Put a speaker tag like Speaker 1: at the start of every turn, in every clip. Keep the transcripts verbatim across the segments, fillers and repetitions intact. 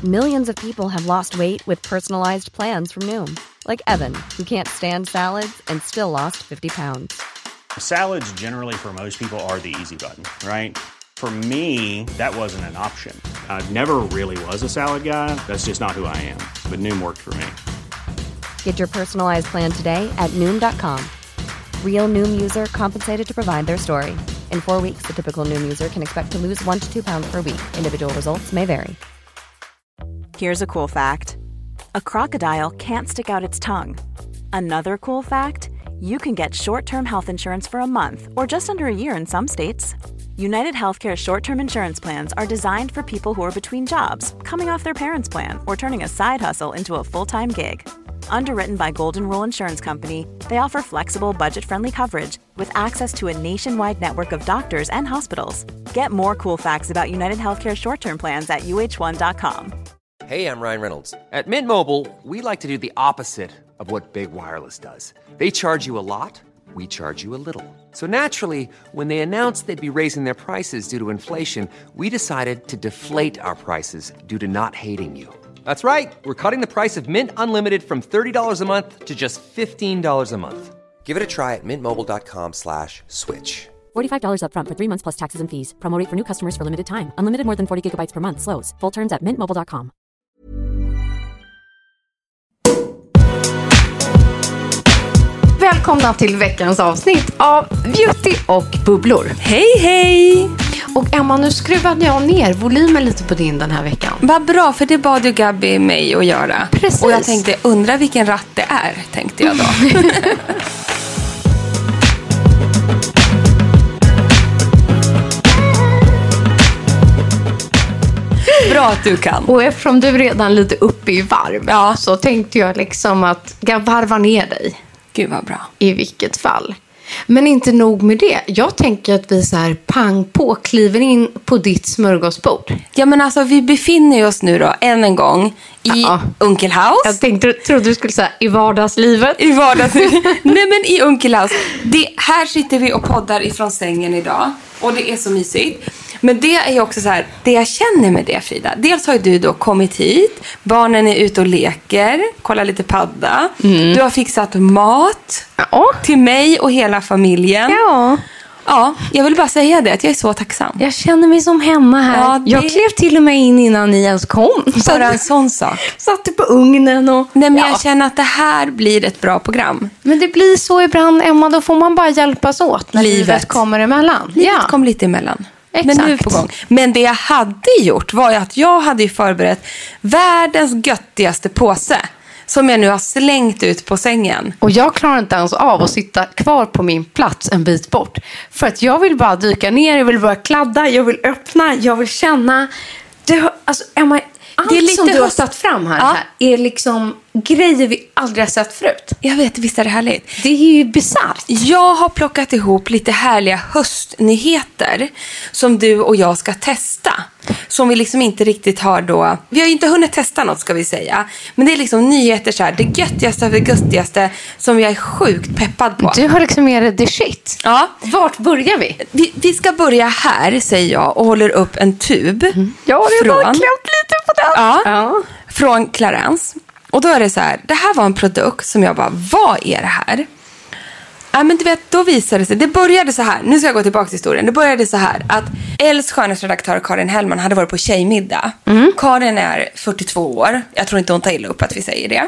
Speaker 1: Millions of people have lost weight with personalized plans from Noom. Like Evan, who can't stand salads and still lost fifty pounds.
Speaker 2: Salads generally for most people are the easy button, right? For me, that wasn't an option. I never really was a salad guy. That's just not who I am. But Noom worked for me.
Speaker 1: Get your personalized plan today at Noom dot com. Real Noom user compensated to provide their story. In four weeks, the typical Noom user can expect to lose one to two pounds per week. Individual results may vary.
Speaker 3: Here's a cool fact. A crocodile can't stick out its tongue. Another cool fact, you can get short-term health insurance for a month or just under a year in some states. United Healthcare short-term insurance plans are designed for people who are between jobs, coming off their parents' plan, or turning a side hustle into a full-time gig. Underwritten by Golden Rule Insurance Company, they offer flexible, budget-friendly coverage with access to a nationwide network of doctors and hospitals. Get more cool facts about United Healthcare short-term plans at U H one dot com.
Speaker 4: Hey, I'm Ryan Reynolds. At Mint Mobile, we like to do the opposite of what Big Wireless does. They charge you a lot, we charge you a little. So naturally, when they announced they'd be raising their prices due to inflation, we decided to deflate our prices due to not hating you. That's right. We're cutting the price of Mint Unlimited from thirty dollars a month to just fifteen dollars a month. Give it a try at mintmobile.com slash switch.
Speaker 5: forty-five dollars up front for three months plus taxes and fees. Promo rate for new customers for limited time. Unlimited more than forty gigabytes per month. Slows full terms at mint mobile dot com.
Speaker 6: Välkomna till veckans avsnitt av Beauty och bubblor.
Speaker 7: Hej, hej!
Speaker 6: Och Emma, nu skruvade jag ner volymen lite på din den här veckan.
Speaker 7: Vad bra, för det bad ju Gabby mig att göra.
Speaker 6: Precis.
Speaker 7: Och jag tänkte, undra vilken ratt det är, tänkte jag då. Bra att du kan.
Speaker 6: Och eftersom du är redan lite uppe i varv,
Speaker 7: ja,
Speaker 6: så tänkte jag liksom att jag varvar ner dig.
Speaker 7: Gud vad bra.
Speaker 6: I vilket fall. Men inte nog med det. Jag tänker att vi så här pang på kliver in på ditt smörgåsbord.
Speaker 7: Ja, men alltså vi befinner oss nu då än en gång i ja. Unkelhaus.
Speaker 6: Jag tänkte, trodde du skulle säga i vardagslivet.
Speaker 7: I vardagslivet. Nej, men i Unkelhaus. Det, här sitter vi och poddar ifrån sängen idag. Och det är så mysigt. Men det är ju också så här, det jag känner med det, Frida. Dels har ju du då kommit hit. Barnen är ute och leker. Kollar lite padda. Mm. Du har fixat mat
Speaker 6: ja.
Speaker 7: till mig och hela familjen.
Speaker 6: Ja.
Speaker 7: Ja, jag vill bara säga det, att jag är så tacksam.
Speaker 6: Jag känner mig som hemma här. Ja, det... Jag klev till och med in innan ni ens kom.
Speaker 7: Bara en sån sak.
Speaker 6: Satte på ugnen och...
Speaker 7: Nej, men
Speaker 6: ja.
Speaker 7: jag känner att det här blir ett bra program.
Speaker 6: Men det blir så ibland, Emma. Då får man bara hjälpas åt när livet, livet kommer emellan.
Speaker 7: Livet
Speaker 6: ja.
Speaker 7: kom lite emellan.
Speaker 6: Exakt.
Speaker 7: Men nu på gång. Men det jag hade gjort var ju att jag hade förberett världens göttigaste påse. Som jag nu har slängt ut på sängen.
Speaker 6: Och jag klarar inte ens av att sitta kvar på min plats en bit bort. För att jag vill bara dyka ner, jag vill bara kladda, jag vill öppna, jag vill känna. Det, alltså, Emma, allt det är lite som du har satt fram här, ja. här är liksom grejer vi aldrig har sett förut.
Speaker 7: Jag vet, visst är det härligt.
Speaker 6: Det är ju bizarrt.
Speaker 7: Jag har plockat ihop lite härliga höstnyheter som du och jag ska testa. Som vi liksom inte riktigt har då... Vi har ju inte hunnit testa något, ska vi säga. Men det är liksom nyheter så här. Det göttigaste av det göttigaste som jag är sjukt peppad på.
Speaker 6: Du har liksom mer the shit.
Speaker 7: Ja.
Speaker 6: Vart börjar vi?
Speaker 7: Vi, vi ska börja här, säger jag. Och håller upp en tub. Mm.
Speaker 6: Ja, det
Speaker 7: från,
Speaker 6: har klämt lite på den.
Speaker 7: Ja, ja. Från Clarence. Och då är det så här. Det här var en produkt som jag bara, vad är det här? Ja, men du vet, då visade det sig. Det började så här. Nu ska jag gå tillbaka till historien. Det började så här att Els skönhetsredaktör Karin Hellman hade varit på tjejmiddag. Mm. Karin är fyrtiotvå år. Jag tror inte hon tar illa upp att vi säger det.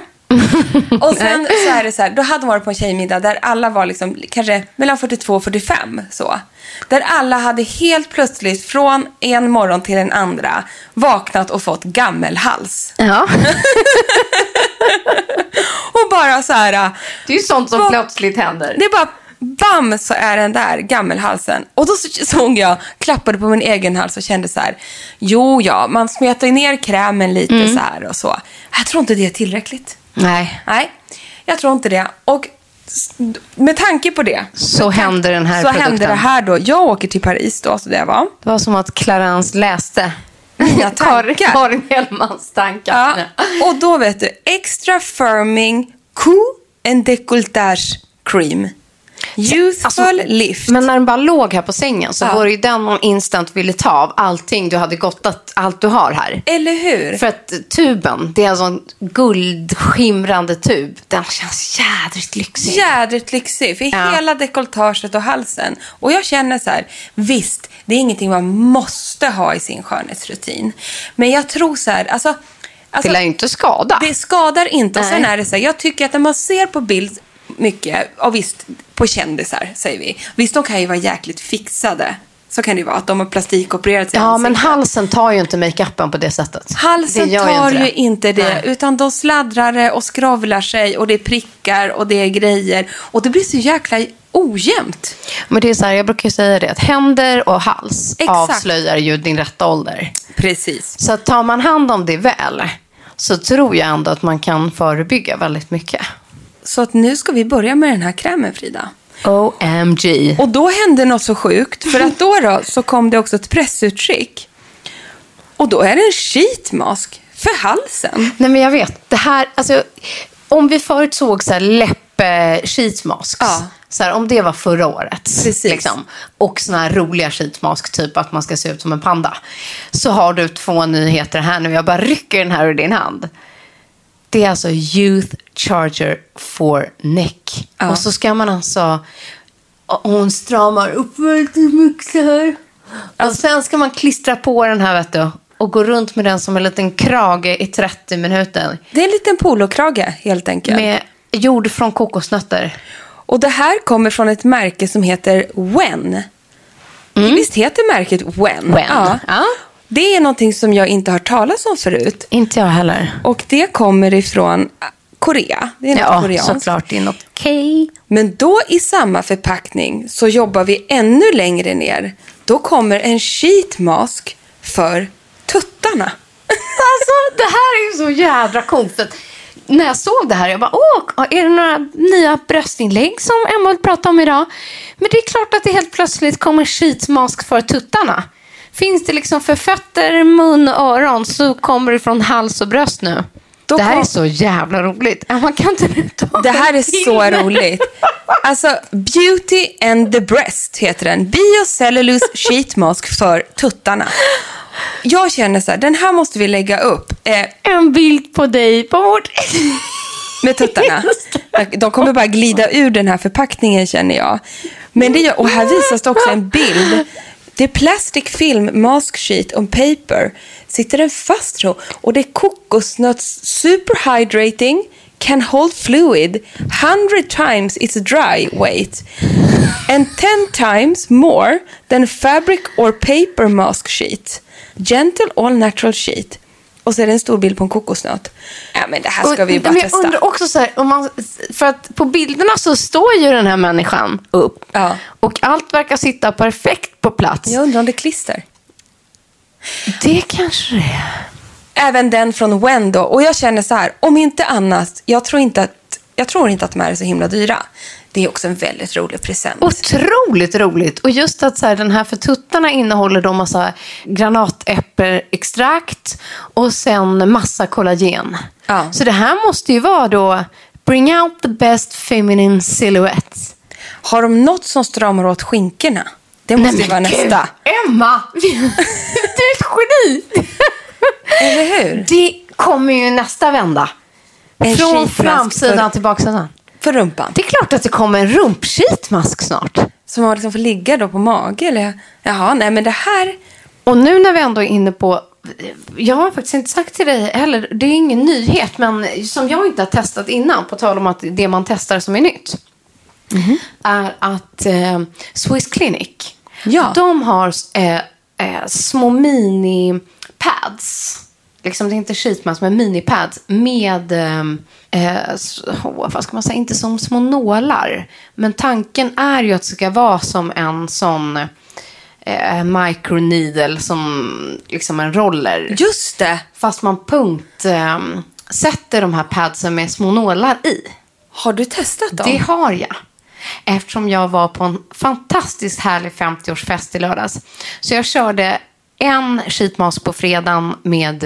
Speaker 7: Och sen så är det så här. Då hade hon varit på en tjejmiddag där alla var liksom kanske mellan fyrtiotvå och fyrtiofem så. Där alla hade helt plötsligt från en morgon till en andra vaknat och fått gammelhals.
Speaker 6: Ja.
Speaker 7: Och bara så här.
Speaker 6: Det är ju sånt som bara, plötsligt händer.
Speaker 7: Det är bara bam, så är den där gammelhalsen. Och då såg jag, klappade på min egen hals och kände så här. Jo, ja, man smetar ner krämen lite mm. så här och så. Jag tror inte det är tillräckligt.
Speaker 6: Nej.
Speaker 7: Nej, jag tror inte det. Och med tanke på det
Speaker 6: så händer den här
Speaker 7: Så
Speaker 6: produkten.
Speaker 7: händer det här då. Jag åker till Paris då, så det var.
Speaker 6: Det var som att Clarence läste
Speaker 7: mina tankar.
Speaker 6: Karin Hellmans tankar.
Speaker 7: Ja. Och då vet du, extra firming cou and décolletage cream. Youthful
Speaker 6: alltså,
Speaker 7: lift.
Speaker 6: Men när den bara låg här på sängen så
Speaker 7: ja.
Speaker 6: var det ju den man instant ville ta av allting du hade gottat, allt du har här.
Speaker 7: Eller hur?
Speaker 6: För att tuben, det är alltså en guldskimrande tub. Den känns jädrigt lyxig.
Speaker 7: Jädrigt lyxig. För
Speaker 6: ja.
Speaker 7: hela dekolletaget och halsen. Och jag känner så här, visst, det är ingenting man måste ha i sin skönhetsrutin. Men jag tror så här, alltså... alltså
Speaker 6: det lär inte skada.
Speaker 7: Det skadar inte. Och
Speaker 6: Nej.
Speaker 7: sen är det så här, jag tycker att när man ser på bild mycket, och visst, på kändisar säger vi. Visst, de kan ju vara jäkligt fixade. Så kan det vara, att de har plastikopererat sig.
Speaker 6: Ja, men halsen tar ju inte make-upen på det sättet.
Speaker 7: Halsen
Speaker 6: det
Speaker 7: tar
Speaker 6: ju inte
Speaker 7: ju inte det.
Speaker 6: Nej.
Speaker 7: Utan de sladdrar det och skravlar sig. Och det är prickar och det är grejer. Och det blir så jäkla ojämnt.
Speaker 6: Men det är så här, jag brukar säga det, att händer och hals
Speaker 7: Exakt.
Speaker 6: avslöjar ju din rätta ålder.
Speaker 7: Precis.
Speaker 6: Så tar man hand om det väl, så tror jag ändå att man kan förebygga väldigt mycket.
Speaker 7: Så att nu ska vi börja med den här krämen, Frida.
Speaker 6: O M G.
Speaker 7: Och då hände något så sjukt. För att då, då så kom det också ett pressutskick. Och då är det en sheetmask för halsen.
Speaker 6: Nej, men jag vet. Det här, alltså, om vi förut såg så här läppe sheetmasks.
Speaker 7: Ja.
Speaker 6: Så här, om det var förra året.
Speaker 7: Precis.
Speaker 6: Liksom, och såna här roliga sheetmask, typ att man ska se ut som en panda. Så har du två nyheter här nu. Jag bara rycker den här ur din hand. Det är alltså Youth Charger for Neck.
Speaker 7: Ja.
Speaker 6: Och så ska man alltså... Och hon stramar upp väldigt mycket här. Och sen ska man klistra på den här, vet du. Och gå runt med den som en liten krage i trettio minuter.
Speaker 7: Det är en liten polokrage, helt enkelt.
Speaker 6: Med gjord från kokosnötter.
Speaker 7: Och det här kommer från ett märke som heter When. Mm. Visst heter märket When?
Speaker 6: When.
Speaker 7: Ja.
Speaker 6: Ja.
Speaker 7: Det är någonting som jag inte har talat om förut.
Speaker 6: Inte jag heller.
Speaker 7: Och det kommer ifrån Korea. Det är något
Speaker 6: Ja,
Speaker 7: koreanskt.
Speaker 6: såklart. Det är något K.
Speaker 7: Men då i samma förpackning så jobbar vi ännu längre ner. Då kommer en sheetmask för tuttarna.
Speaker 6: Alltså, det här är ju så jädra coolt. När jag såg det här, jag bara, åh, är det några nya bröstinlägg som Emma vill prata om idag? Men det är klart att det helt plötsligt kommer sheetmask för tuttarna. Finns det liksom för fötter, mun och öron, så kommer det från hals och bröst nu.
Speaker 7: Då
Speaker 6: det här
Speaker 7: kom...
Speaker 6: är så jävla roligt. Man kan inte ta
Speaker 7: det här är så roligt. Alltså, Beauty and the Breast heter den. Biocellulose sheetmask för tuttarna. Jag känner så här, den här måste vi lägga upp. Eh,
Speaker 6: en bild på dig på vårt...
Speaker 7: med tuttarna. De kommer bara glida ur den här förpackningen, känner jag. Men det gör, och här visas det också en bild. Det är plastic film mask sheet on paper. Sitter den fast så. Och det är kokosnöts super hydrating, can hold fluid hundred times its dry weight and ten times more than fabric or paper mask sheet. Gentle all natural sheet. Och så är det en stor bild på en kokosnöt. Ja, men det här ska vi bara
Speaker 6: men
Speaker 7: testa.
Speaker 6: Jag undrar också så här, om man, för att på bilderna så står ju den här människan upp.
Speaker 7: Ja.
Speaker 6: Och allt verkar sitta perfekt på plats.
Speaker 7: Jag undrar om det är klister.
Speaker 6: Det kanske det är.
Speaker 7: Även den från When då. Och jag känner så här, om inte annat, jag tror inte att, jag tror inte att de är så himla dyra. Det är också en väldigt rolig present.
Speaker 6: Otroligt roligt. Och just att så här, den här för tuttarna innehåller då massa granatäppelextrakt och sen massa kollagen.
Speaker 7: Ja.
Speaker 6: Så det här måste ju vara då bring out the best feminine silhouette.
Speaker 7: Har de något som stramar åt skinkorna? Det måste ju vara
Speaker 6: Gud,
Speaker 7: nästa.
Speaker 6: Emma! Du är ett geni!
Speaker 7: Eller hur?
Speaker 6: Det kommer ju nästa vända.
Speaker 7: En
Speaker 6: Från
Speaker 7: sheetmask
Speaker 6: framsidan
Speaker 7: för-
Speaker 6: till baksidan.
Speaker 7: För rumpan.
Speaker 6: Det är klart att det kommer en rumpsheetmask snart.
Speaker 7: Som man liksom får ligga då på mage. Eller? Jaha, nej men det här...
Speaker 6: Och nu när vi ändå är inne på... Jag har faktiskt inte sagt till dig heller, det är ingen nyhet, men som jag inte har testat innan, på tal om att det man testar som är nytt, mm-hmm. är att eh, Swiss Clinic,
Speaker 7: Ja.
Speaker 6: de har eh, eh, små mini-pads. Liksom, det är inte sheetmask, men mini-pads med, eh, oh, vad ska man säga, inte som små nålar. Men tanken är ju att det ska vara som en sån... Eh, microneedle som liksom en roller.
Speaker 7: Just det.
Speaker 6: Fast man punkt eh, sätter de här padsen med små nålar i.
Speaker 7: Har du testat dem?
Speaker 6: Det har jag. Eftersom jag var på en fantastiskt härlig femtioårsfest i lördags. Så jag körde en sheetmask på fredagen med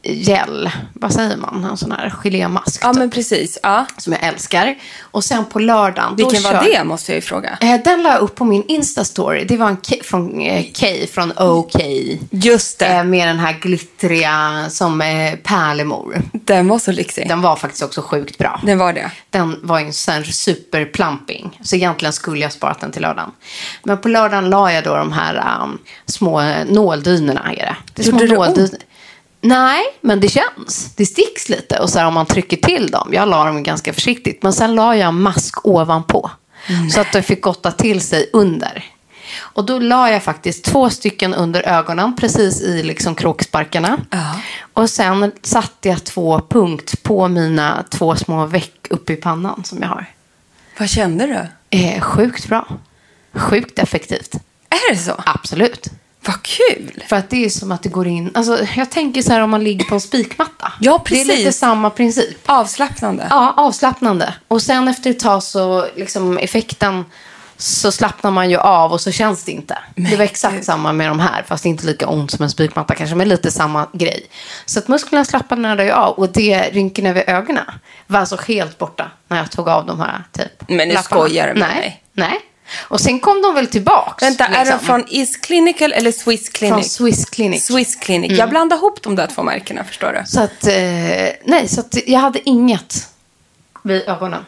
Speaker 6: gel, vad säger man? En sån här gelémask.
Speaker 7: Ja,
Speaker 6: typ,
Speaker 7: men precis. Ja.
Speaker 6: som jag älskar. Och sen på lördagen...
Speaker 7: Vilken
Speaker 6: då
Speaker 7: var
Speaker 6: kör...
Speaker 7: det, måste jag ju fråga.
Speaker 6: Eh, den la jag upp på min Insta-story. Det var en K- från eh, Kay, från OK.
Speaker 7: Just det.
Speaker 6: Eh, med den här glittriga som eh, pärlemor.
Speaker 7: Den var så lyxig.
Speaker 6: Den var faktiskt också sjukt bra.
Speaker 7: Den var det.
Speaker 6: Den var ju en sån här superplumping. Så egentligen skulle jag sparat den till lördagen. Men på lördagen la jag då de här um, små nåldynorna. Är det. Det är små
Speaker 7: Gjorde det
Speaker 6: nåldynor. Nej, men det känns. Det sticks lite. Och så här, om man trycker till dem. Jag la dem ganska försiktigt. Men sen la jag mask ovanpå. Mm. Så att de fick gotta till sig under. Och då la jag faktiskt två stycken under ögonen. Precis i liksom kråksparkarna. Uh. Och sen satte jag två punkt på mina två små veck uppe i pannan som jag har.
Speaker 7: Vad kände du?
Speaker 6: Eh, sjukt bra. Sjukt effektivt.
Speaker 7: Är det så?
Speaker 6: Absolut.
Speaker 7: Vad kul.
Speaker 6: För att det är som att det går in... Alltså, jag tänker så här om man ligger på en spikmatta.
Speaker 7: Ja, precis.
Speaker 6: Det är lite samma princip.
Speaker 7: Avslappnande.
Speaker 6: Ja, avslappnande. Och sen efter ett tag så liksom effekten så slappnar man ju av och så känns det inte. Men det var exakt Gud. Samma med de här. Fast inte lika ont som en spikmatta kanske. Men lite samma grej. Så att musklerna slappnade ju av. Och det rynkorna över ögonen var alltså helt borta när jag tog av de här typ.
Speaker 7: Men nu
Speaker 6: lapparna.
Speaker 7: skojar du med
Speaker 6: Nej,
Speaker 7: mig.
Speaker 6: nej. Och sen kom de väl tillbaks.
Speaker 7: Vänta,
Speaker 6: liksom.
Speaker 7: är de från Is Clinical eller Swiss Clinic?
Speaker 6: Från Swiss Clinic.
Speaker 7: Swiss Clinic.
Speaker 6: Mm.
Speaker 7: Jag blandar ihop de där två märkena, förstår du?
Speaker 6: Så att, eh, nej, så att jag hade inget vid ögonen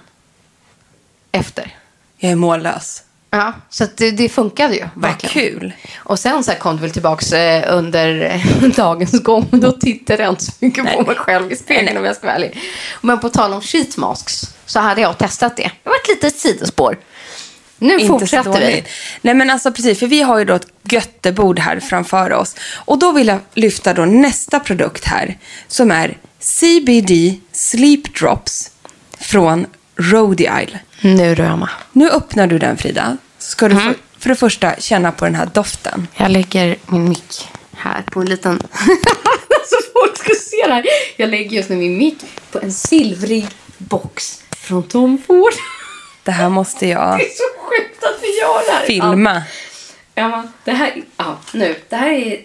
Speaker 6: efter.
Speaker 7: Jag är mållös.
Speaker 6: Ja, så att det, det funkade ju.
Speaker 7: Vad
Speaker 6: verkligen.
Speaker 7: kul.
Speaker 6: Och sen så här kom det väl tillbaks eh, under dagens gång. Då tittade jag inte så mycket nej. på mig själv i spegeln nej, nej. om jag ska vara ärlig. Men på tal om sheet masks så hade jag testat det. Det var ett litet sidospår. Nu inte fortsätter vi.
Speaker 7: Nej, men alltså precis, för vi har ju då ett göttebord här framför oss. Och då vill jag lyfta då nästa produkt här. Som är C B D Sleep Drops från Rhode Isle.
Speaker 6: Nu röma.
Speaker 7: Nu öppnar du den, Frida. Så ska du
Speaker 6: Mm.
Speaker 7: för, för det första känna på den här doften.
Speaker 6: Jag lägger min mick här på en liten... så folk ska se det här. Jag lägger just nu min mick på en silvrig box från Tom Ford.
Speaker 7: Det här måste jag...
Speaker 6: Det är så sjukt att vi gör det här.
Speaker 7: Filma.
Speaker 6: Ja, ja det här... Ja, nu. Det här är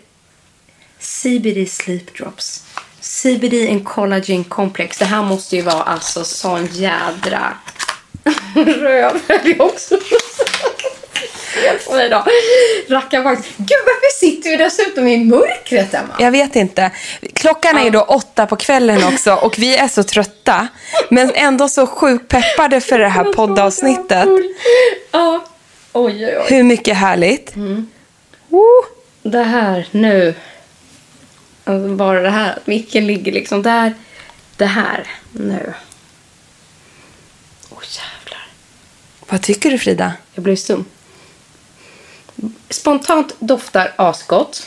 Speaker 6: C B D Sleep Drops. C B D and Collagen Complex. Det här måste ju vara alltså sån jädra... röv. Det är också... Helt på mig då. Rackarvagn. Gud, varför sitter vi dessutom i mörkret, Emma?
Speaker 7: Jag vet inte. Klockan är ju då åtta på kvällen också. Och vi är så trötta. Men ändå så sjukt peppade för det här poddavsnittet.
Speaker 6: Ja. Oj, oj, oj.
Speaker 7: Hur mycket härligt.
Speaker 6: Mm.
Speaker 7: Uh.
Speaker 6: Det här nu. Alltså bara det här. Att micken ligger liksom där. Det här nu. Åh, oh, jävlar.
Speaker 7: Vad tycker du, Frida?
Speaker 6: Jag blev stum. Spontant doftar asgott.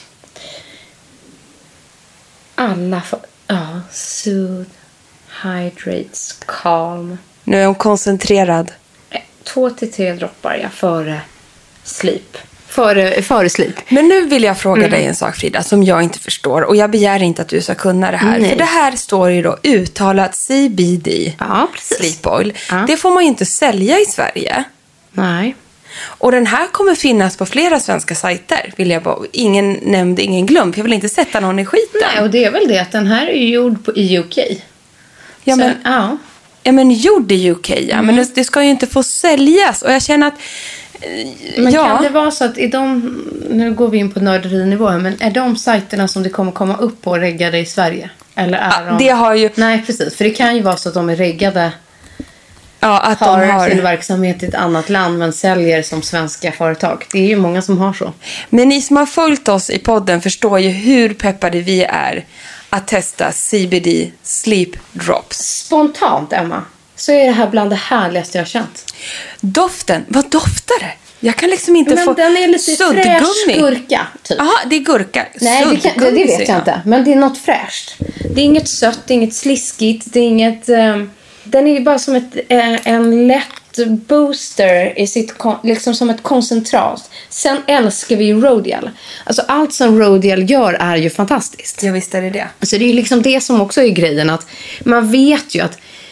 Speaker 6: Alla för, ja, soothe, hydrates, calm.
Speaker 7: Nu är hon koncentrerad.
Speaker 6: Två till tre droppar ja, före sleep. Före, före sleep.
Speaker 7: Men nu vill jag fråga
Speaker 6: mm.
Speaker 7: dig en sak, Frida, som jag inte förstår. Och jag begär inte att du ska kunna det här.
Speaker 6: Nej.
Speaker 7: För det här står ju då uttalat C B D,
Speaker 6: ja,
Speaker 7: sleep oil.
Speaker 6: Ja.
Speaker 7: Det får man ju inte sälja i Sverige.
Speaker 6: Nej.
Speaker 7: Och den här kommer finnas på flera svenska sajter. Vill jag bara, ingen nämnd, ingen glömd. Jag vill inte sätta någon i skiten.
Speaker 6: Nej, och det är väl det att den här är gjord på, i U K.
Speaker 7: Ja,
Speaker 6: Så,
Speaker 7: men,
Speaker 6: ja.
Speaker 7: ja, men gjord i U K, ja. Mm. Men det, det ska ju inte få säljas. Och jag känner att... Eh,
Speaker 6: men
Speaker 7: ja.
Speaker 6: kan det vara så att i de... Nu går vi in på nörderinivå här. Men är de sajterna som det kommer komma upp på reggade i Sverige? Eller är
Speaker 7: ja,
Speaker 6: de...
Speaker 7: det har ju...
Speaker 6: Nej, precis. För det kan ju vara så att de är reggade...
Speaker 7: Ja, att
Speaker 6: har,
Speaker 7: de har
Speaker 6: sin verksamhet i ett annat land men säljer som svenska företag. Det är ju många som har så.
Speaker 7: Men ni som har följt oss i podden förstår ju hur peppade vi är att testa C B D Sleep Drops.
Speaker 6: Spontant, Emma, så är det här bland det härligaste jag har känt.
Speaker 7: Doften, vad doftar det? Jag kan liksom inte
Speaker 6: men
Speaker 7: få
Speaker 6: den är lite fräsch gurka, typ.
Speaker 7: Jaha, det är gurka.
Speaker 6: Nej, det, kan, det, det vet jag inte. Men det är något fräscht. Det är inget sött, det är inget sliskigt, det är inget... Um, den är ju bara som ett, eh, en lätt booster i sitt, liksom som ett koncentrat. Sen älskar vi ju Rodial. Alltså allt som Rodial gör är ju fantastiskt.
Speaker 7: Ja, visst är det det.
Speaker 6: Så det är ju liksom det som också är grejen, att man vet ju att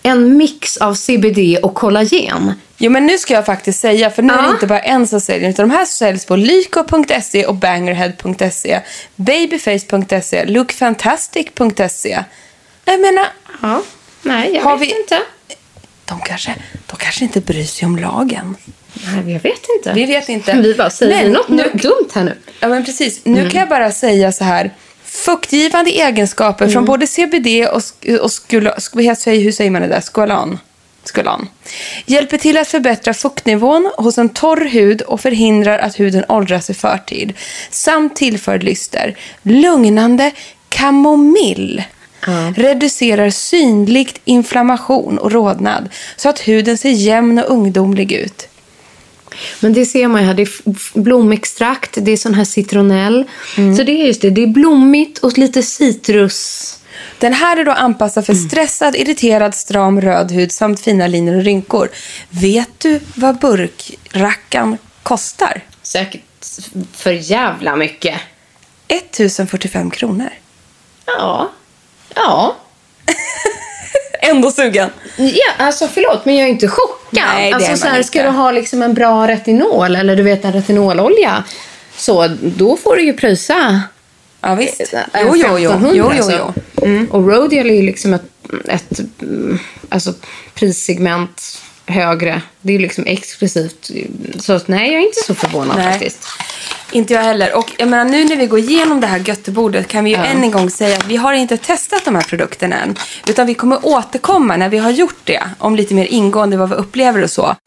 Speaker 6: en mix av C B D och kollagen.
Speaker 7: Jo, men nu ska jag faktiskt säga, för nu
Speaker 6: ja.
Speaker 7: är det inte bara en som säljer, utan de här säljs på lyko punkt se och bangerhead punkt se, babyface punkt se, lookfantastic punkt se. Jag menar,
Speaker 6: ja. Nej, jag
Speaker 7: har
Speaker 6: vet
Speaker 7: vi...
Speaker 6: inte.
Speaker 7: De kanske, de kanske inte bryr sig om lagen.
Speaker 6: Nej, jag vet inte.
Speaker 7: Vi vet inte.
Speaker 6: Vi bara säger
Speaker 7: men,
Speaker 6: något nu, dumt här nu.
Speaker 7: Ja, men precis. Nu mm. kan jag bara säga så här. Fuktgivande egenskaper mm. från både C B D och, och skula, hur säger man det där? Skolan. Skolan. Hjälper till att förbättra fuktnivån hos en torr hud och förhindrar att huden åldras i förtid. Samt tillför lyster. Lugnande kamomill. Mm. Reducerar synligt inflammation och rodnad så att huden ser jämn och ungdomlig ut.
Speaker 6: Men det ser man ju här, det är blomextrakt, det är sån här citronell. Mm. Så det är just det, det är blommigt och lite citrus.
Speaker 7: Den här är då anpassad för stressad, irriterad, stram, röd hud samt fina linjer och rynkor. Vet du vad burkrackan kostar?
Speaker 6: Säkert för jävla mycket.
Speaker 7: tusen fyrtiofem kronor.
Speaker 6: Ja. Ja.
Speaker 7: Ändå sugen.
Speaker 6: Ja, alltså förlåt, men jag är inte chockad.
Speaker 7: Nej, det
Speaker 6: alltså
Speaker 7: är
Speaker 6: så här,
Speaker 7: inte.
Speaker 6: ska du ha liksom en bra retinol eller du vet en retinololja, så då får du ju pröjsa.
Speaker 7: Ja, visst. Jo, jo, jo. jo, jo, jo.
Speaker 6: Mm. Och Rodial är ju liksom ett, ett alltså, prissegment högre. Det är ju liksom exklusivt. Så nej, jag är inte så förvånad nej. faktiskt.
Speaker 7: Inte jag heller. Och jag menar, nu när vi går igenom det här göttebordet kan vi ju ja. än en gång säga att vi har inte testat de här produkterna än. Utan vi kommer återkomma när vi har gjort det. Om lite mer ingående vad vi upplever och så.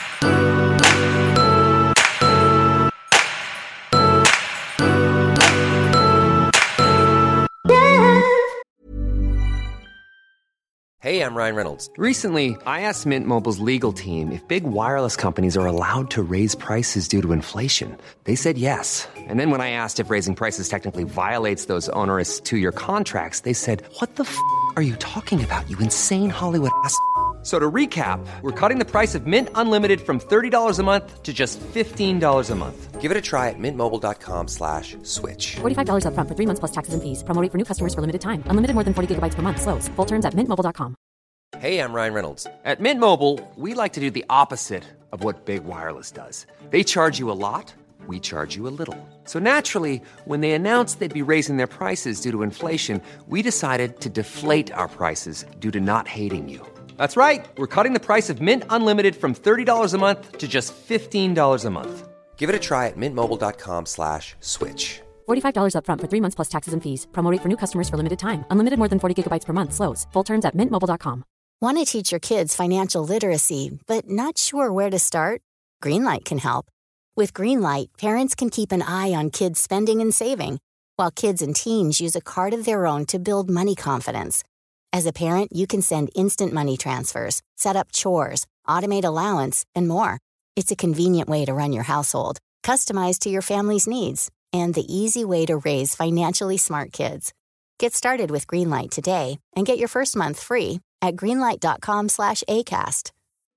Speaker 4: Hey, I'm Ryan Reynolds. Recently, I asked Mint Mobile's legal team if big wireless companies are allowed to raise prices due to inflation. They said yes. And then when I asked if raising prices technically violates those onerous two-year contracts, they said, what the f*** are you talking about, you insane Hollywood ass f- So to recap, we're cutting the price of Mint Unlimited from thirty dollars a month to just fifteen dollars a month. Give it a try at mintmobile.com slash switch.
Speaker 5: forty-five dollars up front for three months plus taxes and fees. Promo rate for new customers for limited time. Unlimited more than forty gigabytes per month. Slows full terms at mint mobile dot com.
Speaker 4: Hey, I'm Ryan Reynolds. At Mint Mobile, we like to do the opposite of what Big Wireless does. They charge you a lot, we charge you a little. So naturally, when they announced they'd be raising their prices due to inflation, we decided to deflate our prices due to not hating you. That's right. We're cutting the price of Mint Unlimited from thirty dollars a month to just fifteen dollars a month. Give it a try at mintmobile.com slash switch.
Speaker 5: forty-five dollars up front for three months plus taxes and fees. Promo rate for new customers for limited time. Unlimited more than forty gigabytes per month. Slows full terms at mint mobile dot com.
Speaker 8: Want to teach your kids financial literacy, but not sure where to start? Greenlight can help. With Greenlight, parents can keep an eye on kids' spending and saving, while kids and teens use a card of their own to build money confidence. As a parent, you can send instant money transfers, set up chores, automate allowance, and more. It's a convenient way to run your household, customized to your family's needs, and the easy way to raise financially smart kids. Get started with Greenlight today and get your first month free at greenlight.com slash acast.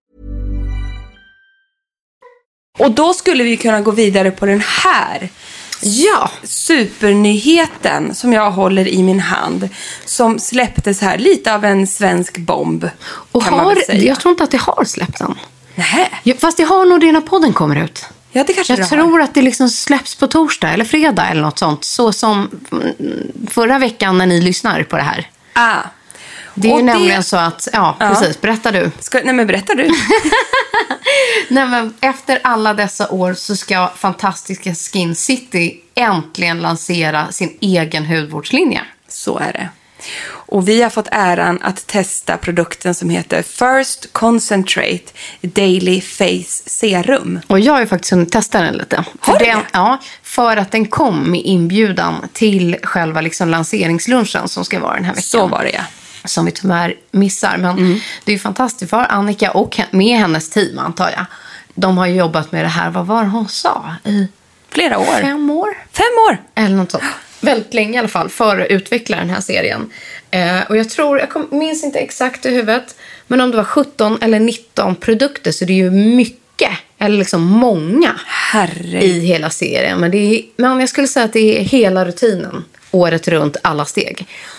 Speaker 7: Och då skulle vi kunna gå vidare på den här
Speaker 6: ja.
Speaker 7: supernyheten som jag håller i min hand, som släpptes här, lite av en svensk bomb.
Speaker 6: Och kan har, man väl säga. Jag tror inte att det har släppt den.
Speaker 7: Nej.
Speaker 6: Ja, fast det har nog det när podden kommer ut.
Speaker 7: Ja, det kanske
Speaker 6: jag
Speaker 7: det
Speaker 6: tror
Speaker 7: har.
Speaker 6: Att det liksom släpps på torsdag eller fredag eller något sånt. Så som förra veckan när ni lyssnar på det här.
Speaker 7: Ah.
Speaker 6: Det är
Speaker 7: och
Speaker 6: nämligen
Speaker 7: det...
Speaker 6: så att, ja, ja. precis, berättar du.
Speaker 7: Ska... Nej, men berättar du.
Speaker 6: Nej, men efter alla dessa år så ska fantastiska Skin City äntligen lansera sin egen hudvårdslinje.
Speaker 7: Så är det. Och vi har fått äran att testa produkten som heter First Concentrate Daily Face Serum.
Speaker 6: Och jag har ju faktiskt hunnit testa den lite.
Speaker 7: Har du
Speaker 6: den, ja, för att den kom med inbjudan till själva liksom lanseringslunchen som ska vara den här veckan.
Speaker 7: Så var det, ja.
Speaker 6: Som vi tyvärr missar. Men mm. det är ju fantastiskt för Annika och med hennes team, antar jag. De har ju jobbat med det här, vad var hon sa? I
Speaker 7: flera år.
Speaker 6: Fem år?
Speaker 7: Fem år!
Speaker 6: Eller något sånt. Väldigt länge i alla fall för att utveckla den här serien. Eh, och jag tror, jag kom, minns inte exakt i huvudet, men om det var sjutton eller nitton produkter så det är ju mycket, eller liksom många
Speaker 7: Herre.
Speaker 6: I hela serien. Men, det är, men jag skulle säga att det är hela rutinen, året runt, alla steg.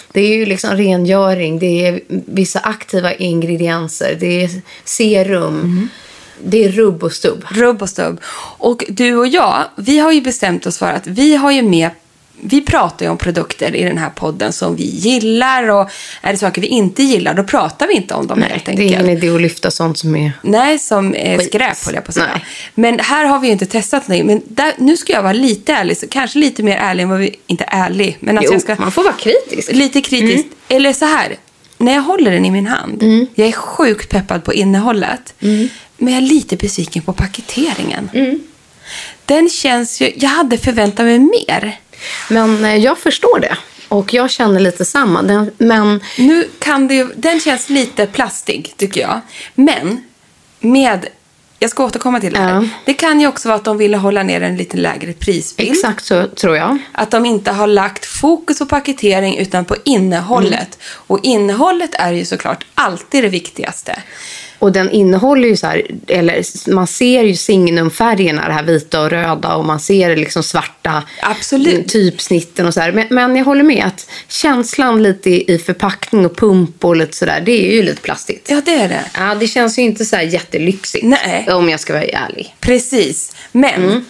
Speaker 6: Det är ju liksom rengöring, det är vissa aktiva ingredienser, det är serum, mm. det är rubb och stubb.
Speaker 7: Rubb och stubb. Och du och jag, vi har ju bestämt oss för att vi har ju med, vi pratar ju om produkter i den här podden som vi gillar, och är det saker vi inte gillar, då pratar vi inte om dem.
Speaker 6: Nej, helt enkelt. Det är ingen idé att lyfta sånt som är...
Speaker 7: Nej, som är skräp, håller jag på att säga. Nej. Men här har vi ju inte testat något. Men där, nu ska jag vara lite ärlig, så kanske lite mer ärlig än vad vi... Inte ärlig, men alltså
Speaker 6: jo,
Speaker 7: jag ska...
Speaker 6: man får vara kritisk.
Speaker 7: Lite kritisk. Mm. Eller så här, när jag håller den i min hand, mm. jag är sjukt peppad på innehållet, mm. men jag är lite besviken på paketeringen. Mm. Den känns ju... Jag hade förväntat mig mer.
Speaker 6: Men jag förstår det. Och jag känner lite samma. Den, men...
Speaker 7: Nu kan det ju, den känns lite plastig, tycker jag. Men med... Jag ska återkomma till det här. Ja. Det kan ju också vara att de ville hålla ner en lite lägre prisbild.
Speaker 6: Exakt så, tror jag.
Speaker 7: Att de inte har lagt fokus på paketering utan på innehållet. Mm. Och innehållet är ju såklart alltid det viktigaste.
Speaker 6: Och den innehåller ju så här, eller man ser ju signumfärgerna, det här vita och röda, och man ser liksom svarta.
Speaker 7: Absolut.
Speaker 6: Typsnitten och så här. Men, men jag håller med att känslan lite i, i förpackning och pump och lite sådär, det är ju lite plastigt.
Speaker 7: Ja, det är det.
Speaker 6: Ja, det känns ju inte så här jättelyxigt.
Speaker 7: Nej.
Speaker 6: Om jag ska vara ärlig.
Speaker 7: Precis. Men mm.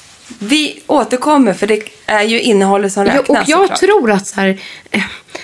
Speaker 7: vi återkommer, för det är ju innehållet som räknas.
Speaker 6: Ja, och jag
Speaker 7: såklart.
Speaker 6: tror att så här... Eh,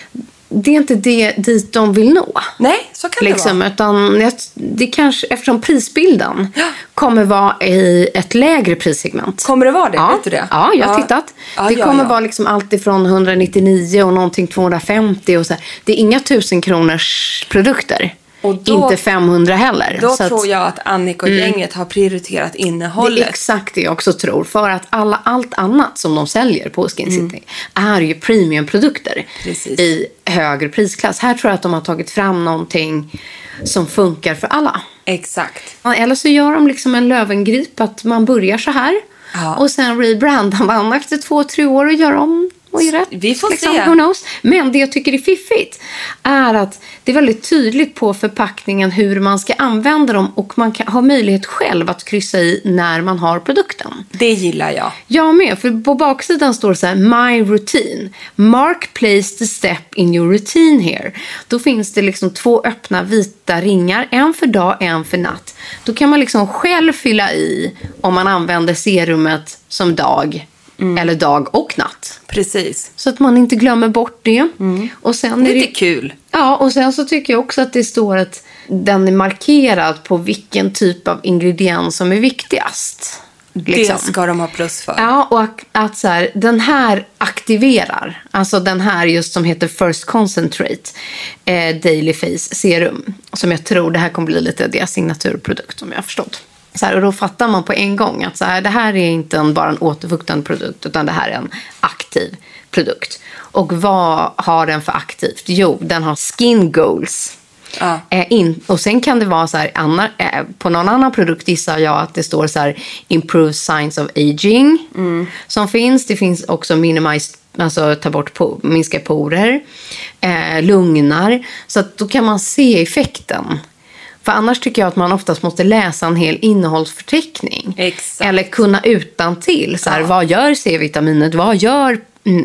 Speaker 6: det är inte det dit de vill nå.
Speaker 7: Nej, så kan
Speaker 6: liksom,
Speaker 7: det vara.
Speaker 6: Utan det kanske, eftersom prisbilden ja. kommer vara i ett lägre prissegment.
Speaker 7: Kommer det vara det?
Speaker 6: Ja,
Speaker 7: vet du det?
Speaker 6: Ja, jag har ja. tittat.
Speaker 7: Ja,
Speaker 6: det
Speaker 7: ja,
Speaker 6: kommer
Speaker 7: ja.
Speaker 6: vara liksom allt ifrån etthundranittionio och någonting tvåhundrafemtio. Och så här. Det är inga tusen kronors produkter. Och då, inte femhundra heller.
Speaker 7: Då
Speaker 6: så
Speaker 7: tror
Speaker 6: att,
Speaker 7: jag att Annika och mm, gänget har prioriterat innehållet.
Speaker 6: Det är exakt det jag också tror. För att alla, allt annat som de säljer på Skin City mm. är ju premiumprodukter. Precis. I högre prisklass. Här tror jag att de har tagit fram någonting som funkar för alla.
Speaker 7: Exakt.
Speaker 6: Eller så gör de liksom en Löwengrip, att man börjar så här. Ja. Och sen rebrandar man efter två, tre år och gör om.
Speaker 7: Vi får
Speaker 6: liksom,
Speaker 7: se.
Speaker 6: Who knows? Men det jag tycker är fiffigt är att det är väldigt tydligt på förpackningen hur man ska använda dem, och man kan ha möjlighet själv att kryssa i när man har produkten.
Speaker 7: Det gillar jag.
Speaker 6: Jag med, för på baksidan står det så här: My routine. Mark place the step in your routine here. Då finns det liksom två öppna vita ringar, en för dag, en för natt. Då kan man liksom själv fylla i om man använder serumet som dag. Mm. Eller dag och natt.
Speaker 7: Precis.
Speaker 6: Så att man inte glömmer bort det. Mm. Och sen
Speaker 7: det är
Speaker 6: det
Speaker 7: det kul.
Speaker 6: Ja, och sen så tycker jag också att det står att den är markerad på vilken typ av ingrediens som är viktigast.
Speaker 7: Liksom. Det ska de ha plus för.
Speaker 6: Ja, och att, att så här, den här aktiverar. Alltså den här just som heter First Concentrate eh, Daily Face Serum. Som jag tror det här kommer bli lite deras signaturprodukt, som jag har förstått. Så här, och då fattar man på en gång att så här, det här är inte en, bara en återfuktande produkt, utan det här är en aktiv produkt. Och vad har den för aktivt? Jo, den har skin goals. Ja. Eh, in, och sen kan det vara så här, annar, eh, på någon annan produkt gissar jag att det står så här improve signs of aging mm. som finns. Det finns också minimize, alltså ta bort, po- minska porer, eh, lugnar. Så att då kan man se effekten. För annars tycker jag att man oftast måste läsa en hel innehållsförteckning.
Speaker 7: Exakt.
Speaker 6: Eller kunna utantill. Så här, ja. Vad gör C-vitaminet? Vad gör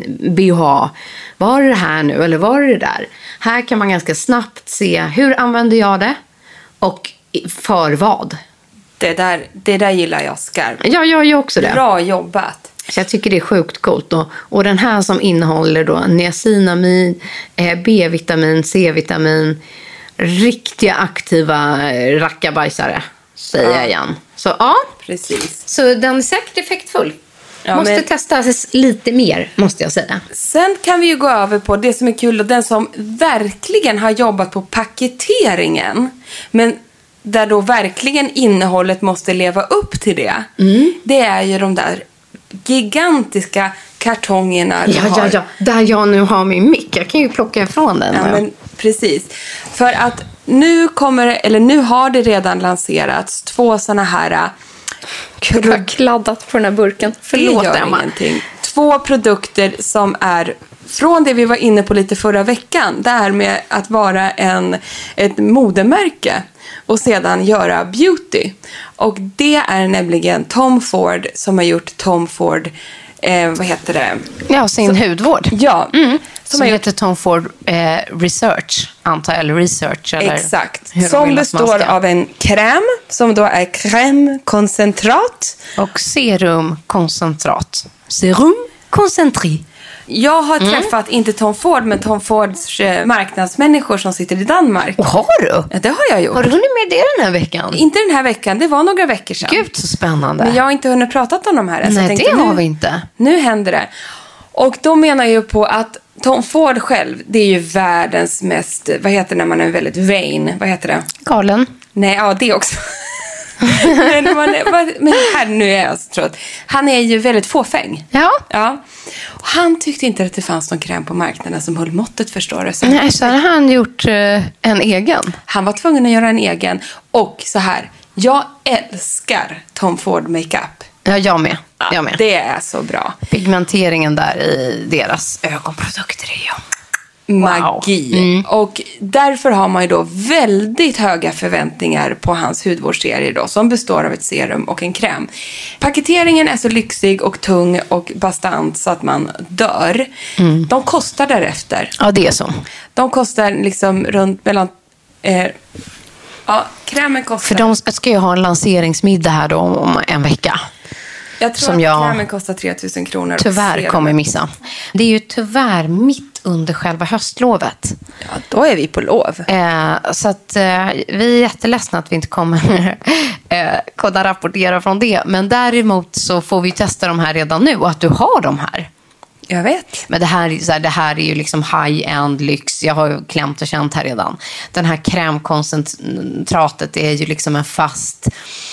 Speaker 6: B H A? Var är det här nu? Eller var är det där? Här kan man ganska snabbt se hur använder jag det? Och för vad?
Speaker 7: Det där, det där gillar jag skarpt.
Speaker 6: Ja, jag gör också det.
Speaker 7: Bra jobbat.
Speaker 6: Så jag tycker det är sjukt coolt. Och, och den här som innehåller då niacinamin, eh, B-vitamin, C-vitamin. Riktiga aktiva rackabajsare, säger ja. jag igen. Så ja,
Speaker 7: precis.
Speaker 6: Så den är säkert effektfull. Ja, måste
Speaker 7: men...
Speaker 6: testas lite mer, måste jag säga.
Speaker 7: Sen kan vi ju gå över på det som är kul, och den som verkligen har jobbat på paketeringen, men där då verkligen innehållet måste leva upp till det. Mm. Det är ju de där gigantiska kartongerna.
Speaker 6: Ja, ja, ja. Där jag nu har min mick. Jag kan ju plocka ifrån den.
Speaker 7: Ja, men precis. För att nu kommer, eller nu har det redan lanserats två såna här...
Speaker 6: Gud, jag har kladdat på den här burken. Förlåt,
Speaker 7: det gör
Speaker 6: Emma.
Speaker 7: Ingenting. Två produkter som är från det vi var inne på lite förra veckan. Det här med att vara en, ett modemärke och sedan göra beauty. Och det är nämligen Tom Ford som har gjort Tom Ford eh, vad heter det?
Speaker 6: Ja, sin så, hudvård.
Speaker 7: Ja.
Speaker 6: Mm. Som, som heter Tom Ford eh, Research, antar eller Research. Eller
Speaker 7: exakt. Som består av en kräm som då är krämkoncentrat.
Speaker 6: Och serumkoncentrat. Serumkoncentré.
Speaker 7: Jag har mm. träffat inte Tom Ford, men Tom Fords eh, marknadsmänniskor som sitter i Danmark.
Speaker 6: Och har du?
Speaker 7: Ja, det har jag gjort.
Speaker 6: Har du hunnit med det den här veckan?
Speaker 7: Inte den här veckan, det var några veckor sedan.
Speaker 6: Gud, så spännande.
Speaker 7: Men jag har inte hunnit prata om de här.
Speaker 6: Nej,
Speaker 7: så jag tänkte,
Speaker 6: det har
Speaker 7: nu,
Speaker 6: vi inte.
Speaker 7: Nu händer det. Och då menar jag ju på att Tom Ford själv, det är ju världens mest, vad heter det när man är väldigt vain? Vad heter det?
Speaker 6: Galen.
Speaker 7: Nej, ja det också. men, man, men här nu är jag så trött. Han är ju väldigt fåfäng.
Speaker 6: Ja.
Speaker 7: Ja. Och han tyckte inte att det fanns någon kräm på marknaden som höll måttet, förstår du. Så
Speaker 6: Nej, så hade han gjort uh, en egen.
Speaker 7: Han var tvungen att göra en egen. Och så här, jag älskar Tom Ford makeup.
Speaker 6: Ja, jag med. jag med.
Speaker 7: Det är så bra.
Speaker 6: Pigmenteringen där i deras ögonprodukter är ju
Speaker 7: magi. Wow. Mm. Och därför har man ju då väldigt höga förväntningar på hans hudvårdsserie då, som består av ett serum och en kräm. Paketeringen är så lyxig och tung och bastant så att man dör. Mm. De kostar därefter.
Speaker 6: Ja, det är så.
Speaker 7: De kostar liksom runt mellan... Eh, ja, krämen kostar...
Speaker 6: För de ska ju ha en lanseringsmiddag här då om en vecka.
Speaker 7: Jag tror som att jag krämen kostar tre tusen kronor.
Speaker 6: Tyvärr kommer missa. Det är ju tyvärr mitt under själva höstlovet.
Speaker 7: Ja, då är vi på lov.
Speaker 6: Eh, så att eh, vi är jätteledsna att vi inte kommer eh, kunna rapportera från det. Men däremot så får vi testa de här redan nu och att du har de här.
Speaker 7: Jag vet.
Speaker 6: Men det här, så här, det här är ju liksom high-end lyx. Jag har ju klämt och känt här redan. Den här krämkoncentratet är ju liksom en fast...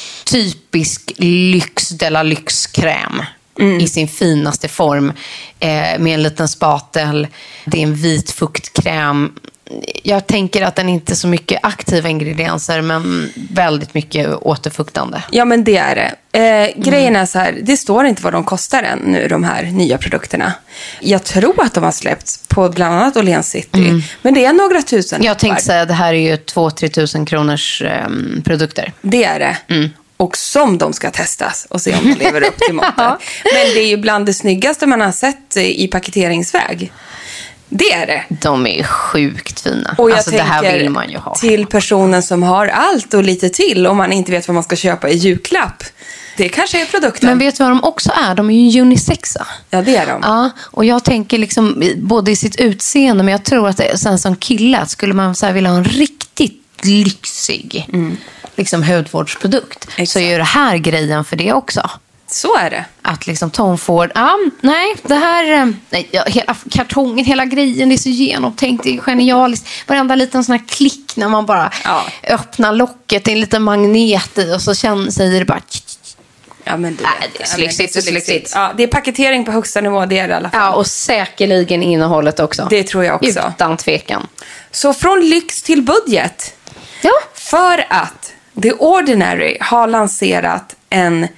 Speaker 6: typisk lyx de la lyx-kräm mm. i sin finaste form eh, med en liten spatel. Det är en vit fuktkräm. Jag tänker att den inte är så mycket aktiva ingredienser men väldigt mycket återfuktande.
Speaker 7: Ja, men det är det. Eh, grejen är så här, det står inte vad de kostar än nu, de här nya produkterna. Jag tror att de har släppts på bland annat Åhléns City. Mm. Men det är några tusen.
Speaker 6: Jag tänkte säga att det här är ju två till tre tusen kronors eh, produkter.
Speaker 7: Det är det. Mm. Och som de ska testas och se om de lever upp till måttet. Ja. Men det är ju bland det snyggaste man har sett i paketeringsväg. Det är det.
Speaker 6: De är sjukt fina.
Speaker 7: Och jag
Speaker 6: alltså, det här vill man ju ha.
Speaker 7: Till personen som har allt och lite till om man inte vet vad man ska köpa i julklapp. Det kanske är produkten.
Speaker 6: Men vet du vad de också är? De är ju unisexa.
Speaker 7: Ja, det är de.
Speaker 6: Ja, och jag tänker liksom både i sitt utseende, men jag tror att det är sen som kille att skulle man så här vilja ha en riktigt lyxig mm. liksom hudvårdsprodukt. Exakt. Så är ju det här grejen för det också.
Speaker 7: Så är det.
Speaker 6: Att liksom Tom Ford, ja, nej, det här, nej, hela kartongen, hela grejen, det är så genomtänkt, det är genialiskt. Varenda liten sån här klick när man bara ja. öppnar locket, det är en liten magnet i och så känner, säger det bara...
Speaker 7: Ja, men det,
Speaker 6: nej, det är så lyxigt, så lyxigt.
Speaker 7: Ja, det är paketering på högsta nivå, det är det i alla fall.
Speaker 6: Ja, och säkerligen innehållet också.
Speaker 7: Det tror jag också.
Speaker 6: Utan tvekan.
Speaker 7: Så från lyx till budget.
Speaker 6: Ja.
Speaker 7: För att The Ordinary har lanserat en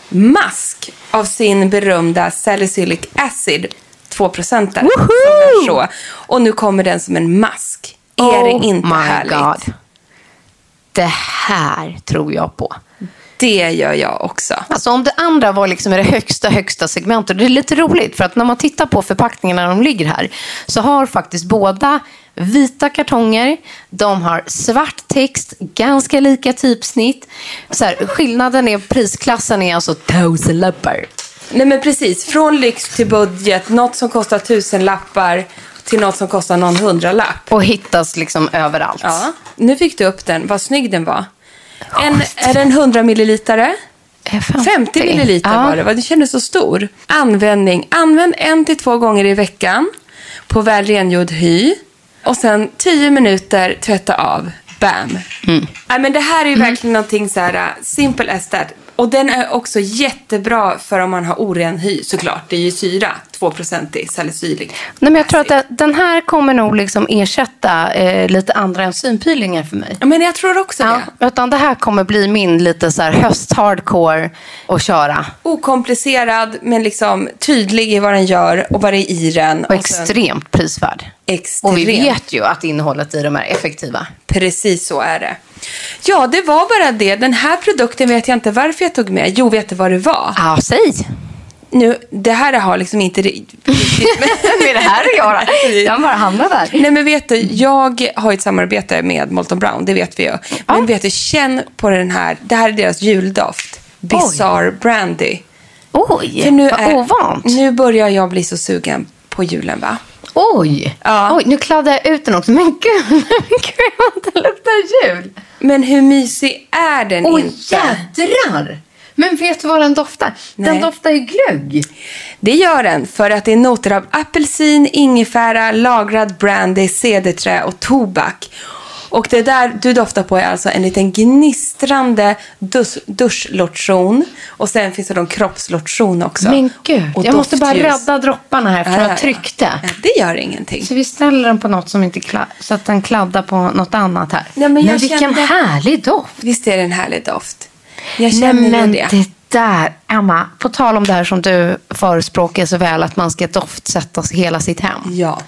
Speaker 7: mask av sin berömda salicylic acid två procent. Så. Och nu kommer den som en mask. Oh är det inte härligt? God.
Speaker 6: Det här tror jag på.
Speaker 7: Det gör jag också.
Speaker 6: Alltså om det andra var liksom det högsta, högsta segmentet. Det är lite roligt för att när man tittar på förpackningarna när de ligger här så har faktiskt båda vita kartonger. De har svart text, ganska lika typsnitt. Så här, skillnaden är prisklassen är alltså tusen lappar.
Speaker 7: Nej men precis, från lyx till budget. Något som kostar tusen lappar till något som kostar någon hundra lapp.
Speaker 6: Och hittas liksom överallt.
Speaker 7: Ja, nu fick du upp den. Vad snygg den var. En, är det en hundra milliliter? femtio milliliter ja. var det. Det kändes så stor. Användning. Använd en till två gånger i veckan på väl rengjord hy. Och sen tio minuter tvätta av. Bam. Mm. Nej, men det här är ju mm. verkligen någonting så här simple as that. Och den är också jättebra för om man har oren hy, såklart. Det är ju syra, två procent i salicylic.
Speaker 6: Nej, men jag tror att den här kommer nog liksom ersätta eh, lite andra enzympeelingar för mig.
Speaker 7: Ja, men jag tror också
Speaker 6: ja,
Speaker 7: det.
Speaker 6: Utan det här kommer bli min lite så här höst-hardcore att köra.
Speaker 7: Okomplicerad, men liksom tydlig i vad den gör och vad det är i den.
Speaker 6: Och, och extremt sen... prisvärd.
Speaker 7: Extremt.
Speaker 6: Och vi vet ju att innehållet i de är effektiva.
Speaker 7: Precis så är det. Ja, det var bara det. Den här produkten vet jag inte varför jag tog med. Jo, vet du vad det var?
Speaker 6: Ja, säg.
Speaker 7: nu, det här har liksom inte riktigt
Speaker 6: med det här att göra. Den bara hamnar där.
Speaker 7: Nej, men vet du, jag har ett samarbete med Molton Brown, det vet vi ju. Men ja. vet du, känn på den här, det här är deras juldoft. Bizarre Oj. Brandy.
Speaker 6: Oj,
Speaker 7: För nu
Speaker 6: vad
Speaker 7: är,
Speaker 6: ovant.
Speaker 7: Nu börjar jag bli så sugen på julen, va?
Speaker 6: Oj, ja. Oj, nu kladdar jag ut den också. Men gud, men gud, det luktar jul.
Speaker 7: Men hur mysig är den
Speaker 6: Oj,
Speaker 7: inte?
Speaker 6: Jädrar! Men vet du vad den doftar? Nej. Den doftar ju glögg.
Speaker 7: Det gör den, för att det är noter av apelsin, ingefära, lagrad brandy, cederträ och tobak. Och det där du doftar på är alltså en liten gnistrande dusch, duschlotion. Och sen finns det en kroppslotion också.
Speaker 6: Men gud, och jag måste bara rädda dropparna här för
Speaker 7: ja,
Speaker 6: jag tryckte.
Speaker 7: Ja, det gör ingenting.
Speaker 6: Så vi ställer den på något som inte kla- så att den kladdar på något annat här.
Speaker 7: Ja, men
Speaker 6: men vilken kände... härlig doft.
Speaker 7: Visst är det en härlig doft. Jag känner
Speaker 6: Nej, men
Speaker 7: det.
Speaker 6: det där, Emma, på tal om det här som du förespråkar så väl, att man ska doftsätta hela sitt hem.
Speaker 7: Ja.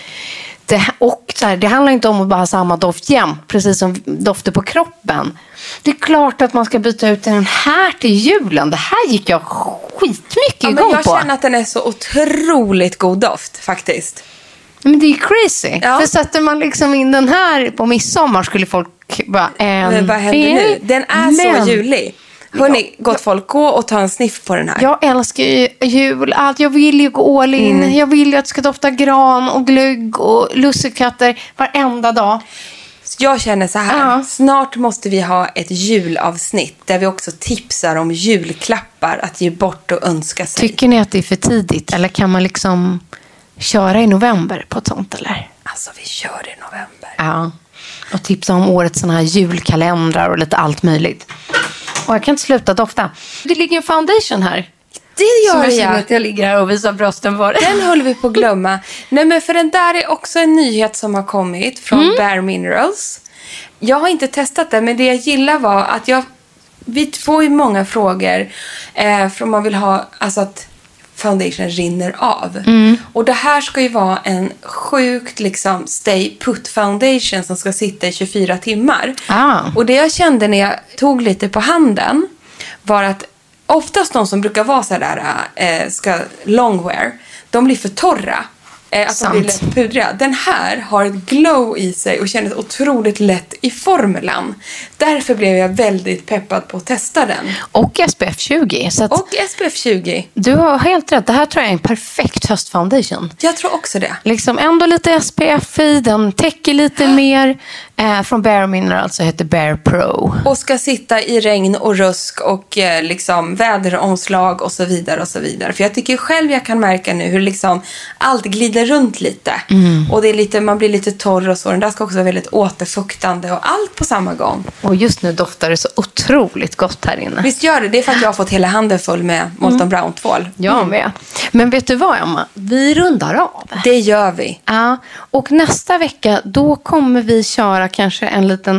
Speaker 6: Det, och så här, det handlar inte om att bara ha samma doft jämt, precis som dofter på kroppen. Det är klart att man ska byta ut den här till julen. Det här gick jag skitmycket
Speaker 7: ja,
Speaker 6: igång
Speaker 7: jag
Speaker 6: på.
Speaker 7: Jag känner att den är så otroligt god doft, faktiskt.
Speaker 6: Men det är crazy.
Speaker 7: Ja.
Speaker 6: För sätter man liksom in den här på midsommar skulle folk bara... En
Speaker 7: Men vad händer nu? Den är Men... så julig. Hörrni, ja, gott folk, gå och ta en sniff på den här.
Speaker 6: Jag älskar ju jul. Allt. Jag vill ju gå all in. Mm. Jag vill ju att det ska dofta gran och glögg och lussekatter varenda dag.
Speaker 7: Jag känner så här. Ja. Snart måste vi ha ett julavsnitt där vi också tipsar om julklappar att ge bort och önska sig.
Speaker 6: Tycker ni att det är för tidigt? Eller kan man liksom köra i november på ett sånt, eller?
Speaker 7: Alltså, vi kör i november.
Speaker 6: Ja. Och tipsa om årets såna här julkalendrar och lite allt möjligt. Och jag kan inte sluta dofta. Det ligger en foundation här.
Speaker 7: Det gör
Speaker 6: jag. Som
Speaker 7: jag.
Speaker 6: jag att jag ligger här och visar brösten för.
Speaker 7: Den håller vi på att glömma. Nej, men för den där är också en nyhet som har kommit från mm. Bare Minerals. Jag har inte testat det, men det jag gillar var att jag... Vi får ju många frågor eh, från man vill ha... Alltså att foundation rinner av. Mm. Och det här ska ju vara en sjukt liksom stay put foundation som ska sitta i tjugofyra timmar.
Speaker 6: Ah. Och
Speaker 7: det jag kände när jag tog lite på handen var att oftast de som brukar vara så där äh, ska longwear, de blir för torra. Eh, att de blir lätt pudriga. Den här har ett glow i sig och kändes otroligt lätt i formulan. Därför blev jag väldigt peppad på att testa den.
Speaker 6: Och S P F tjugo. Så att
Speaker 7: och S P F tjugo.
Speaker 6: Du har helt rätt. Det här tror jag är en perfekt höstfoundation.
Speaker 7: Jag tror också det.
Speaker 6: Liksom ändå lite S P F i. Den täcker lite mer. Eh, från Bare Minerals, alltså heter Bare Pro.
Speaker 7: Och ska sitta i regn och rusk och eh, liksom väderomslag och så vidare och så vidare. För jag tycker själv jag kan märka nu hur liksom allt glider runt lite. Mm. Och det är lite, man blir lite torr och så. Den där ska också vara väldigt återfuktande och allt på samma gång.
Speaker 6: Och just nu doftar det så otroligt gott här inne.
Speaker 7: Visst gör det. Det är för att jag har fått hela handen full med Molton mm. Brown-tvål.
Speaker 6: Jag
Speaker 7: mm.
Speaker 6: med. Men vet du vad, Emma? Vi rundar av.
Speaker 7: Det gör vi.
Speaker 6: Ja. Och nästa vecka då kommer vi köra kanske en liten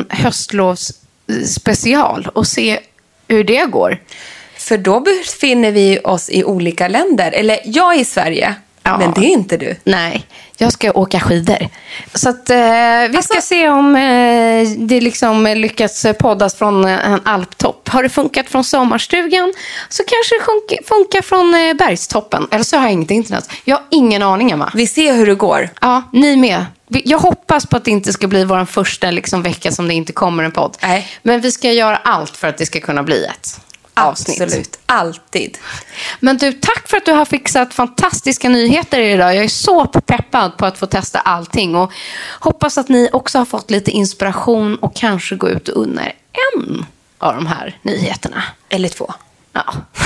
Speaker 6: höstlovsspecial och se hur det går.
Speaker 7: För då befinner vi oss i olika länder. Eller jag är i Sverige. Ja. Men det är inte du.
Speaker 6: Nej, jag ska åka skidor. Så att eh, vi alltså... ska se om eh, det liksom lyckas poddas från en alptopp. Har det funkat från sommarstugan så kanske det funkar, funkar från eh, bergstoppen. Eller så har jag inget internet. Jag har ingen aning, Emma.
Speaker 7: Vi ser hur det går.
Speaker 6: Ja, ni med. Jag hoppas på att det inte ska bli vår första liksom, vecka som det inte kommer en podd.
Speaker 7: Nej.
Speaker 6: Men vi ska göra allt för att det ska kunna bli ett avsnitt.
Speaker 7: Absolut, alltid.
Speaker 6: Men du, tack för att du har fixat fantastiska nyheter idag. Jag är så peppad på att få testa allting. Och hoppas att ni också har fått lite inspiration och kanske gå ut och unna en av de här nyheterna.
Speaker 7: Eller två.
Speaker 6: Ja.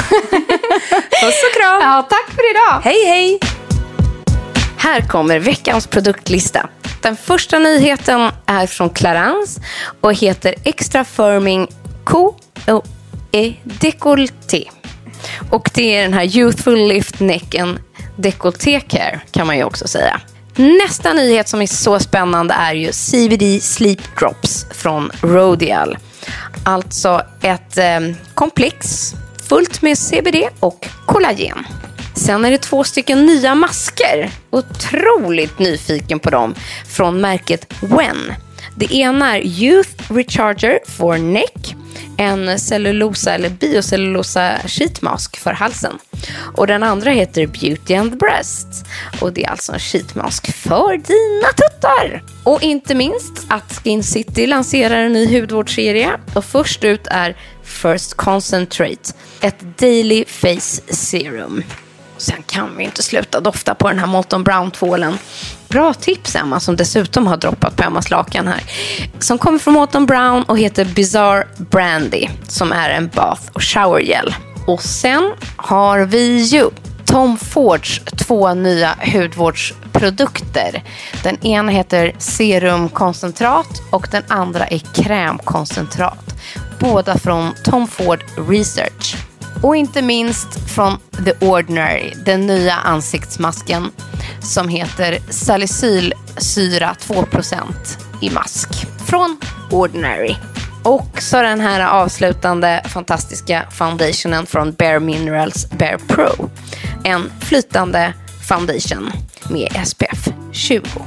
Speaker 7: Puss och kram.
Speaker 6: Ja, tack för idag.
Speaker 7: Hej, hej.
Speaker 6: Här kommer veckans produktlista. Den första nyheten är från Clarins och heter Extra Firming Co et Décolleté. Och det är den här Youthful Lift Neck and Décolleté Care kan man ju också säga. Nästa nyhet som är så spännande är ju C B D Sleep Drops från Rodial. Alltså ett eh, komplex fullt med C B D och kollagen. Sen är det två stycken nya masker. Otroligt nyfiken på dem. Från märket Wen. Det ena är Youth Recharger for Neck. en cellulosa eller biocellulosa sheetmask för halsen. Och den andra heter Beauty and the Breast. Och det är alltså en sheetmask för dina tuttar. Och inte minst att Skin City lanserar en ny hudvårdsserie. Och först ut är First Concentrate, ett Daily Face Serum. Sen kan vi inte sluta dofta på den här Molton Brown-tvålen. Bra tips, Emma, som dessutom har droppat på Emmas lakan här. Som kommer från Molton Brown och heter Bizarre Brandy, som är en bath- och showergel. Och sen har vi ju Tom Fords två nya hudvårdsprodukter. Den ena heter serumkoncentrat och den andra är krämkoncentrat. Båda från Tom Ford Research. Och inte minst från The Ordinary, den nya ansiktsmasken som heter salicylsyra två procent i mask. Från Ordinary. Och så den här avslutande fantastiska foundationen från Bare Minerals Bare Pro. En flytande foundation med S P F tjugo.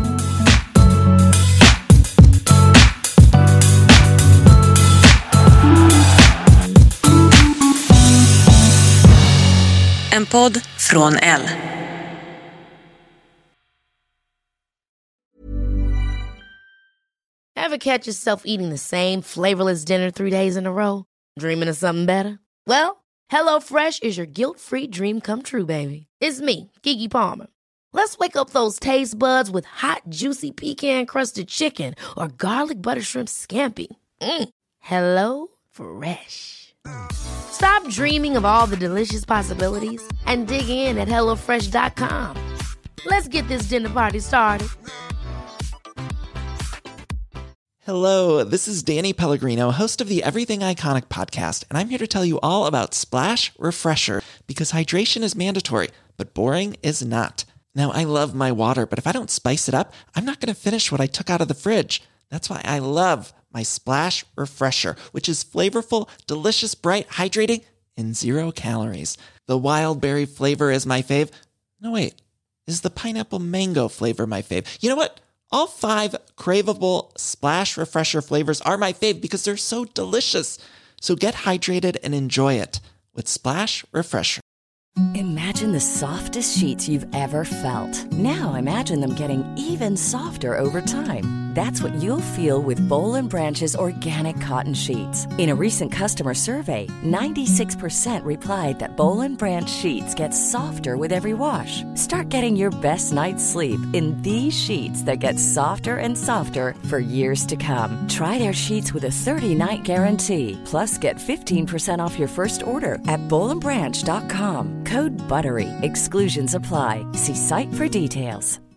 Speaker 9: En podd från Elle.
Speaker 10: Ever catch yourself eating the same flavorless dinner three days in a row? Dreaming of something better? Well, HelloFresh is your guilt-free dream come true, baby. It's me, Keke Palmer. Let's wake up those taste buds with hot, juicy pecan-crusted chicken or garlic butter shrimp scampi. Mm. Hello Fresh. Stop dreaming of all the delicious possibilities and dig in at hello fresh dot com. Let's get this dinner party started.
Speaker 11: Hello, this is Danny Pellegrino, host of the Everything Iconic podcast, and I'm here to tell you all about Splash Refresher, because hydration is mandatory, but boring is not. Now, I love my water, but if I don't spice it up, I'm not going to finish what I took out of the fridge. That's why I love my Splash Refresher, which is flavorful, delicious, bright, hydrating, and zero calories. The wild berry flavor is my fave. No, wait. Is the pineapple mango flavor my fave? You know what? All five craveable Splash Refresher flavors are my fave because they're so delicious. So get hydrated and enjoy it with Splash Refresher.
Speaker 12: Imagine the softest sheets you've ever felt. Now imagine them getting even softer over time. That's what you'll feel with Boll and Branch's organic cotton sheets. In a recent customer survey, ninety-six percent replied that Boll and Branch sheets get softer with every wash. Start getting your best night's sleep in these sheets that get softer and softer for years to come. Try their sheets with a thirty-night guarantee. Plus, get fifteen percent off your first order at boll and branch dot com. Code BUTTERY. Exclusions apply. See site for details.